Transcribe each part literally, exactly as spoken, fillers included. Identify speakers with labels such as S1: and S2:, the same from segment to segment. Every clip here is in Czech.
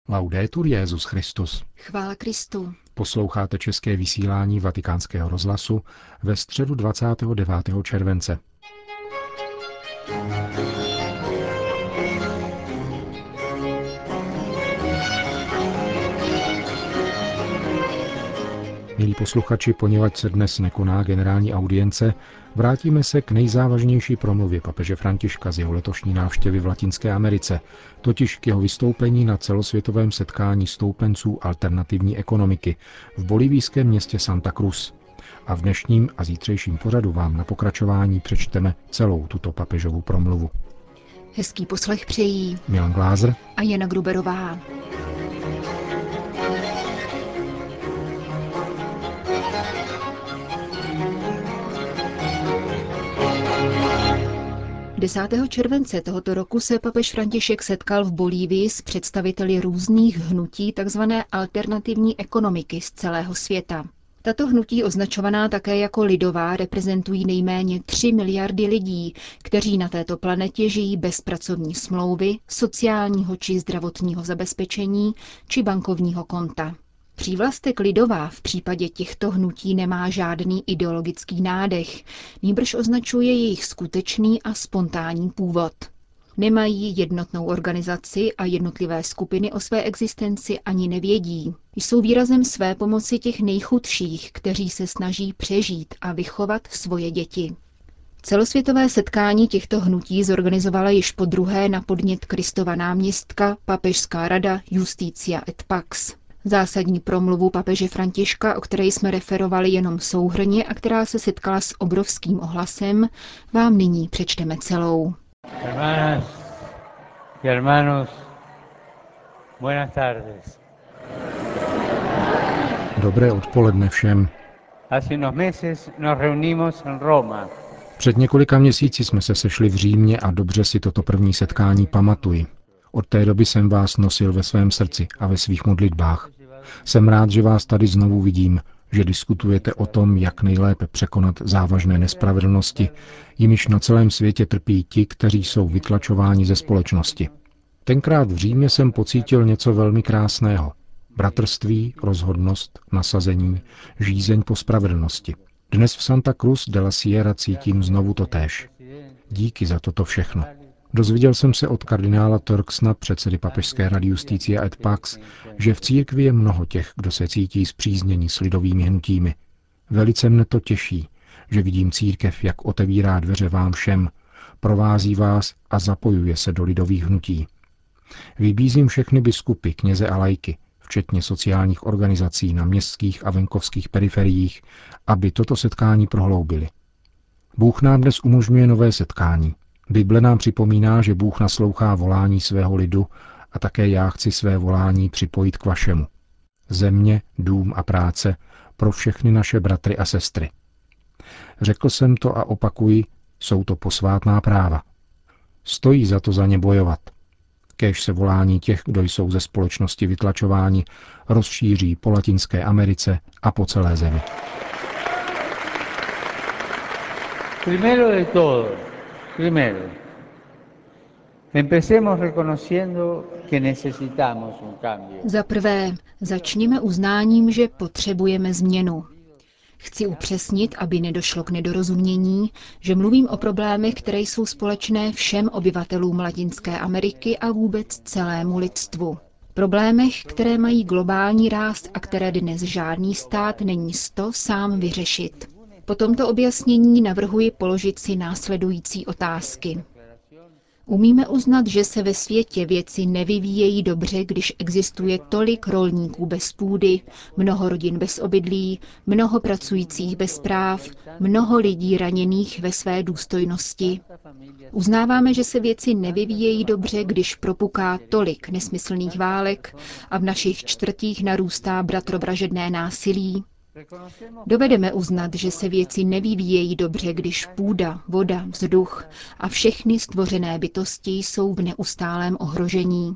S1: Laudetur Jesus Christus.
S2: Chvála Kristu.
S1: Posloucháte české vysílání Vatikánského rozhlasu ve středu dvacátého devátého července. Milí posluchači, poněvadž se dnes nekoná generální audience, vrátíme se k nejzávažnější promluvě papeže Františka z jeho letošní návštěvy v Latinské Americe, totiž k jeho vystoupení na celosvětovém setkání stoupenců alternativní ekonomiky v bolivijském městě Santa Cruz. A v dnešním a zítřejším pořadu vám na pokračování přečteme celou tuto papežovu promluvu.
S2: Hezký poslech přejí
S1: Milan Glázer
S2: a Jana Gruberová. desátého července tohoto roku se papež František setkal v Bolívii s představiteli různých hnutí tzv. Alternativní ekonomiky z celého světa. Tato hnutí, označovaná také jako lidová, reprezentují nejméně tři miliardy lidí, kteří na této planetě žijí bez pracovní smlouvy, sociálního či zdravotního zabezpečení či bankovního konta. Přívlastek lidová v případě těchto hnutí nemá žádný ideologický nádech, nýbrž označuje jejich skutečný a spontánní původ. Nemají jednotnou organizaci a jednotlivé skupiny o své existenci ani nevědí. Jsou výrazem své pomoci těch nejchudších, kteří se snaží přežít a vychovat svoje děti. Celosvětové setkání těchto hnutí zorganizovala již podruhé na podnět Kristova náměstka papežská rada Justitia et Pax. Zásadní promluvu papeže Františka, o které jsme referovali jenom souhrnně a která se setkala s obrovským ohlasem, vám nyní přečteme celou.
S3: Hermanas y hermanos, buenas tardes.
S1: Dobré odpoledne všem.
S3: Hace unos meses nos reunimos en Roma.
S1: Před několika měsíci jsme se sešli v Římě a dobře si toto první setkání pamatuji. Od té doby jsem vás nosil ve svém srdci a ve svých modlitbách. Jsem rád, že vás tady znovu vidím, že diskutujete o tom, jak nejlépe překonat závažné nespravedlnosti, jimiž na celém světě trpí ti, kteří jsou vytlačováni ze společnosti. Tenkrát v Římě jsem pocítil něco velmi krásného. Bratrství, rozhodnost, nasazení, žízeň po spravedlnosti. Dnes v Santa Cruz de la Sierra cítím znovu totéž. Díky za toto všechno. Dozvěděl jsem se od kardinála Turksna, předsedy papežské rady Justitia et Pax, že v církvi je mnoho těch, kdo se cítí spříznění s lidovými hnutími. Velice mne to těší, že vidím církev, jak otevírá dveře vám všem, provází vás a zapojuje se do lidových hnutí. Vybízím všechny biskupy, kněze a laiky, včetně sociálních organizací na městských a venkovských periferiích, aby toto setkání prohloubili. Bůh nám dnes umožňuje nové setkání. Bible nám připomíná, že Bůh naslouchá volání svého lidu a také já chci své volání připojit k vašemu. Země, dům a práce pro všechny naše bratry a sestry. Řekl jsem to a opakuji, jsou to posvátná práva. Stojí za to za ně bojovat. Kéž se volání těch, kdo jsou ze společnosti vytlačováni, rozšíří po Latinské Americe a po celé zemi.
S3: Primero de todo, primero, empecemos reconociendo que necesitamos un cambio.
S2: Za prvé, začněme uznáním, že potřebujeme změnu. Chci upřesnit, aby nedošlo k nedorozumění, že mluvím o problémech, které jsou společné všem obyvatelům Latinské Ameriky a vůbec celému lidstvu. Problémech, které mají globální ráz a které dnes žádný stát není sto sám vyřešit. Po tomto objasnění navrhuji položit si následující otázky. Umíme uznat, že se ve světě věci nevyvíjejí dobře, když existuje tolik rolníků bez půdy, mnoho rodin bez obydlí, mnoho pracujících bez práv, mnoho lidí raněných ve své důstojnosti. Uznáváme, že se věci nevyvíjejí dobře, když propuká tolik nesmyslných válek a v našich čtvrtích narůstá bratrovražedné násilí. Dovedeme uznat, že se věci nevyvíjejí dobře, když půda, voda, vzduch a všechny stvořené bytosti jsou v neustálém ohrožení.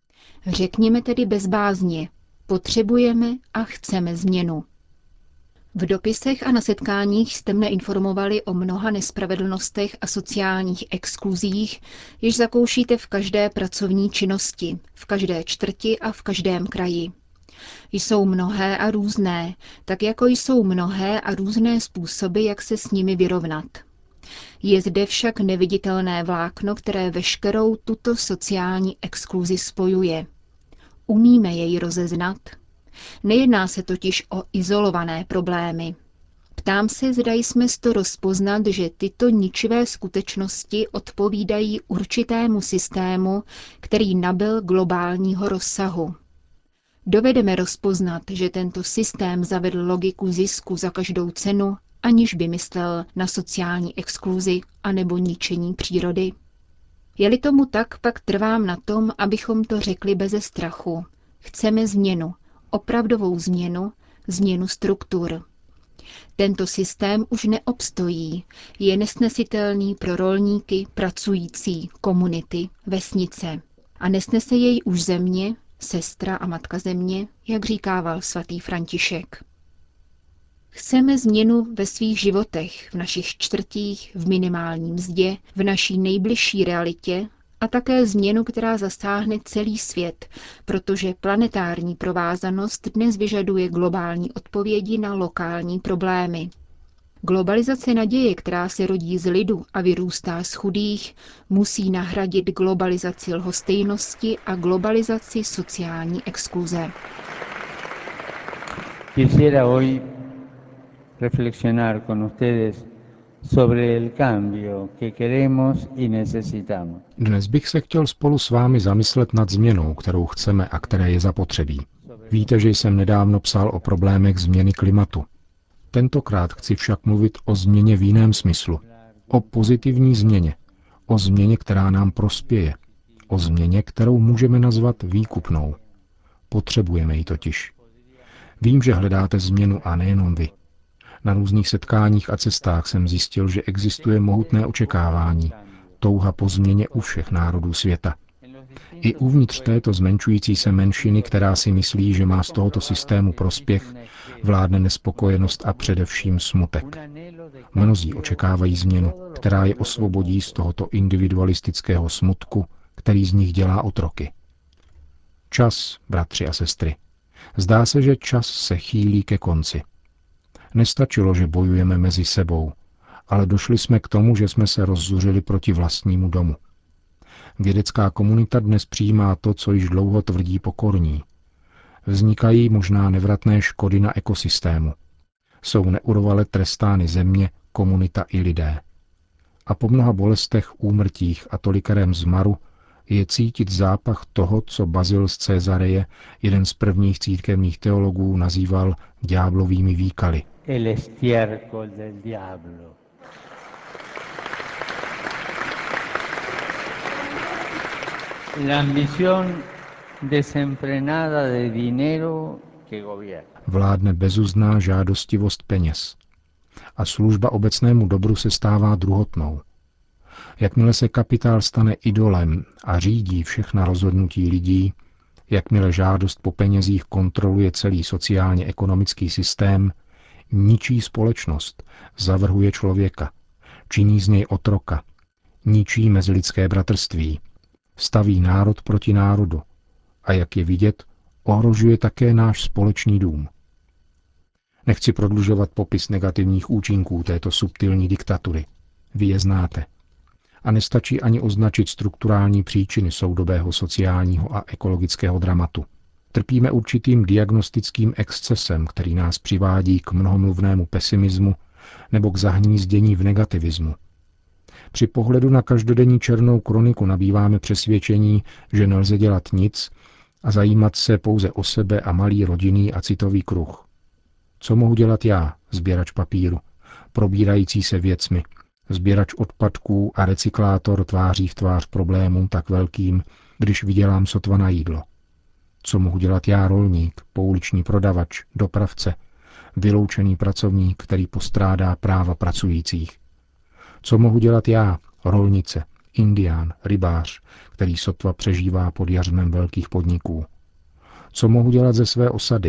S2: Řekněme tedy bez bázně, potřebujeme a chceme změnu. V dopisech a na setkáních jste mne informovali o mnoha nespravedlnostech a sociálních exkluzích, jež zakoušíte v každé pracovní činnosti, v každé čtvrti a v každém kraji. Jsou mnohé a různé, tak jako jsou mnohé a různé způsoby, jak se s nimi vyrovnat. Je zde však neviditelné vlákno, které veškerou tuto sociální exkluzi spojuje. Umíme jej rozeznat? Nejedná se totiž o izolované problémy. Ptám se, zda jsme to rozpoznat, že tyto ničivé skutečnosti odpovídají určitému systému, který nabyl globálního rozsahu. Dovedeme rozpoznat, že tento systém zavedl logiku zisku za každou cenu, aniž by myslel na sociální exkluzi anebo ničení přírody? Je-li tomu tak, pak trvám na tom, abychom to řekli beze strachu. Chceme změnu, opravdovou změnu, změnu struktur. Tento systém už neobstojí, je nesnesitelný pro rolníky, pracující, komunity, vesnice. A nesnese jej už země, sestra a matka země, jak říkával svatý František. Chceme změnu ve svých životech, v našich čtvrtích, v minimální mzdě, v naší nejbližší realitě a také změnu, která zasáhne celý svět, protože planetární provázanost dnes vyžaduje globální odpovědi na lokální problémy. Globalizace naděje, která se rodí z lidu a vyrůstá z chudých, musí nahradit globalizaci lhostejnosti a globalizaci sociální exkluze.
S3: Quisiera hoy reflexionar con ustedes sobre el cambio que queremos y necesitamos.
S1: Dnes bych se chtěl spolu s vámi zamyslet nad změnou, kterou chceme a které je zapotřebí. Víte, že jsem nedávno psal o problémech změny klimatu. Tentokrát chci však mluvit o změně v jiném smyslu. O pozitivní změně. O změně, která nám prospěje. O změně, kterou můžeme nazvat výkupnou. Potřebujeme ji totiž. Vím, že hledáte změnu a nejenom vy. Na různých setkáních a cestách jsem zjistil, že existuje mohutné očekávání, touha po změně u všech národů světa. I uvnitř této zmenšující se menšiny, která si myslí, že má z tohoto systému prospěch, vládne nespokojenost a především smutek. Mnozí očekávají změnu, která je osvobodí z tohoto individualistického smutku, který z nich dělá otroky. Čas, bratři a sestry. Zdá se, že čas se chýlí ke konci. Nestačilo, že bojujeme mezi sebou, ale došli jsme k tomu, že jsme se rozzuřili proti vlastnímu domu. Vědecká komunita dnes přijímá to, co již dlouho tvrdí pokorní. Vznikají možná nevratné škody na ekosystému. Jsou neurvale trestány země, komunita i lidé. A po mnoha bolestech, úmrtích a tolikarém zmaru je cítit zápach toho, co Bazil z Cesareje, jeden z prvních církevních teologů, nazýval ďáblovými výkaly.
S3: El estiércol del diablo. La ambición desenfrenada de dinero que gobierna.
S1: Vládne bezuzná žádostivost peněz. A služba obecnému dobru se stává druhotnou. Jakmile se kapitál stane idolem a řídí všechna rozhodnutí lidí, jakmile žádost po penězích kontroluje celý sociálně-ekonomický systém, ničí společnost, zavrhuje člověka, činí z něj otroka, ničí mezilidské bratrství, staví národ proti národu a, jak je vidět, ohrožuje také náš společný dům. Nechci prodlužovat popis negativních účinků této subtilní diktatury. Vy je znáte. A nestačí ani označit strukturální příčiny soudobého sociálního a ekologického dramatu. Trpíme určitým diagnostickým excesem, který nás přivádí k mnohomluvnému pesimismu nebo k zahnízdění v negativismu. Při pohledu na každodenní černou kroniku nabýváme přesvědčení, že nelze dělat nic a zajímat se pouze o sebe a malý rodinný a citový kruh. Co mohu dělat já, sběrač papíru, probírající se věcmi, sběrač odpadků a recyklátor tváří v tvář problémům tak velkým, když vydělám sotva na jídlo? Co mohu dělat já, rolník, pouliční prodavač, dopravce, vyloučený pracovník, který postrádá práva pracujících? Co mohu dělat já, rolnice, indián, rybář, který sotva přežívá pod jařmem velkých podniků? Co mohu dělat ze své osady,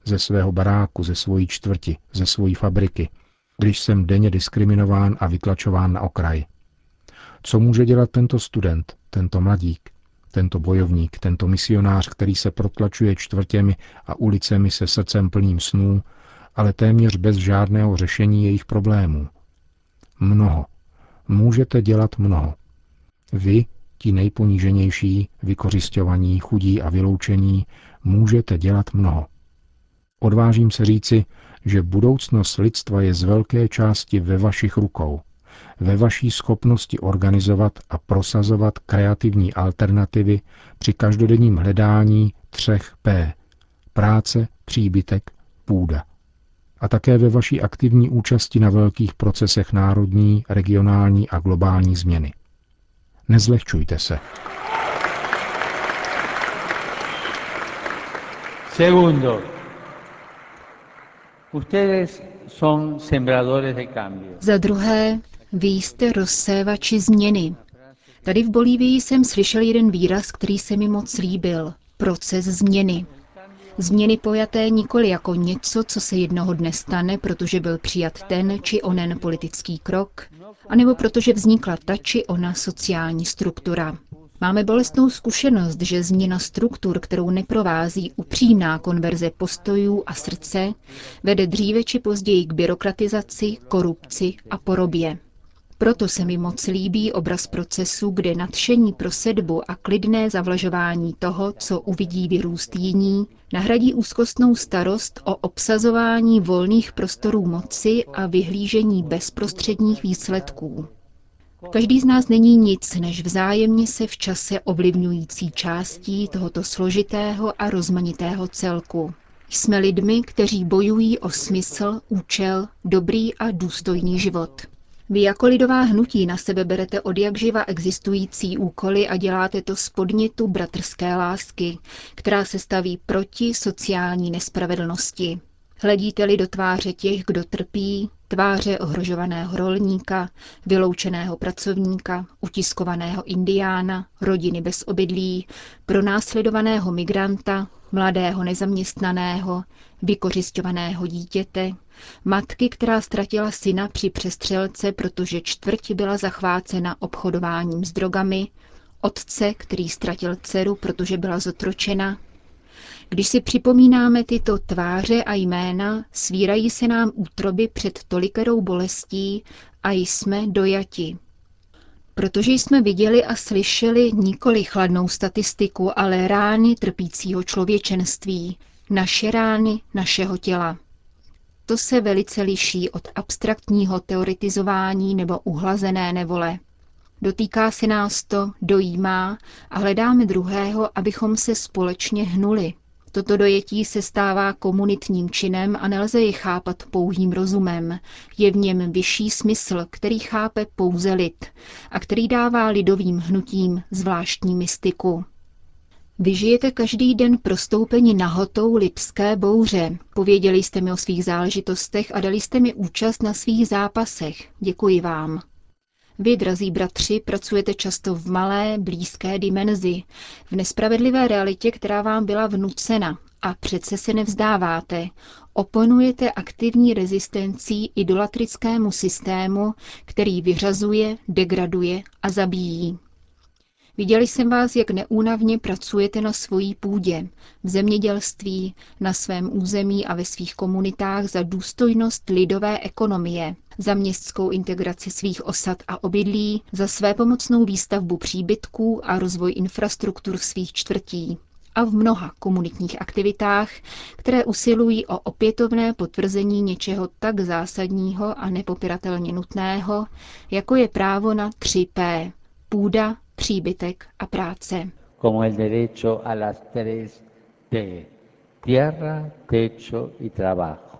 S1: ze svého baráku, ze svojí čtvrti, ze svojí fabriky, když jsem denně diskriminován a vytlačován na okraj. Co může dělat tento student, tento mladík, tento bojovník, tento misionář, který se protlačuje čtvrtěmi a ulicemi se srdcem plným snů, ale téměř bez žádného řešení jejich problémů? Mnoho. Můžete dělat mnoho. Vy, ti nejponíženější, vykořisťovaní, chudí a vyloučení, můžete dělat mnoho. Odvážím se říci, že budoucnost lidstva je z velké části ve vašich rukou, ve vaší schopnosti organizovat a prosazovat kreativní alternativy při každodenním hledání třech P. Práce, příbytek, půda. A také ve vaší aktivní účasti na velkých procesech národní, regionální a globální změny. Nezlehčujte se.
S3: Segundo, ustedes son sembradores de cambio.
S2: Za druhé, vy jste rozsévači změny. Tady v Bolívii jsem slyšel jeden výraz, který se mi moc líbil. Proces změny. Změny pojaté nikoli jako něco, co se jednoho dne stane, protože byl přijat ten či onen politický krok, anebo protože vznikla ta či ona sociální struktura. Máme bolestnou zkušenost, že změna struktur, kterou neprovází upřímná konverze postojů a srdce, vede dříve či později k byrokratizaci, korupci a porobě. Proto se mi moc líbí obraz procesu, kde nadšení pro sedbu a klidné zavlažování toho, co uvidí vyrůst jiní, nahradí úzkostnou starost o obsazování volných prostorů moci a vyhlížení bezprostředních výsledků. Každý z nás není nic, než vzájemně se v čase ovlivňující částí tohoto složitého a rozmanitého celku. Jsme lidmi, kteří bojují o smysl, účel, dobrý a důstojný život. Vy jako lidová hnutí na sebe berete odjakživa existující úkoly a děláte to z podnětu bratrské lásky, která se staví proti sociální nespravedlnosti. Hledíte-li do tváře těch, kdo trpí, tváře ohrožovaného rolníka, vyloučeného pracovníka, utiskovaného indiána, rodiny bez obydlí, pronásledovaného migranta, mladého nezaměstnaného, vykořisťovaného dítěte, matky, která ztratila syna při přestřelce, protože čtvrť byla zachvácena obchodováním s drogami, otce, který ztratil dceru, protože byla zotročena. Když si připomínáme tyto tváře a jména, svírají se nám útroby před tolikerou bolestí a jsme dojati. Protože jsme viděli a slyšeli nikoli chladnou statistiku, ale rány trpícího člověčenství, naše rány našeho těla. To se velice liší od abstraktního teoretizování nebo uhlazené nevole. Dotýká se nás to, dojímá a hledáme druhého, abychom se společně hnuli. Toto dojetí se stává komunitním činem a nelze je chápat pouhým rozumem. Je v něm vyšší smysl, který chápe pouze lid a který dává lidovým hnutím zvláštní mystiku. Vy žijete každý den prostoupeni nahotou lipské bouře. Pověděli jste mi o svých záležitostech a dali jste mi účast na svých zápasech. Děkuji vám. Vy, drazí bratři, pracujete často v malé, blízké dimenzi, v nespravedlivé realitě, která vám byla vnucena, a přece se nevzdáváte. Oponujete aktivní rezistencí idolatrickému systému, který vyřazuje, degraduje a zabíjí. Viděli jsem vás, jak neúnavně pracujete na svojí půdě, v zemědělství, na svém území a ve svých komunitách za důstojnost lidové ekonomie, za městskou integraci svých osad a obydlí, za svépomocnou výstavbu příbytků a rozvoj infrastruktur svých čtvrtí a v mnoha komunitních aktivitách, které usilují o opětovné potvrzení něčeho tak zásadního a nepopiratelně nutného, jako je právo na tři P. Půda, příbytek a práce.
S3: Como el derecho a las tres T. Tierra, techo y trabajo.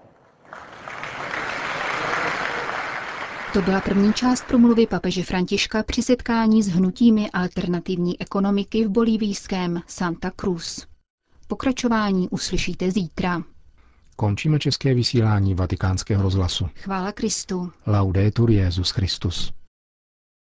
S2: To byla první část promluvy papeže Františka při setkání s hnutími alternativní ekonomiky v bolívijském Santa Cruz. Pokračování uslyšíte zítra.
S1: Končíme české vysílání Vatikánského rozhlasu.
S2: Chvála Kristu.
S1: Laudetur Jesus Christus.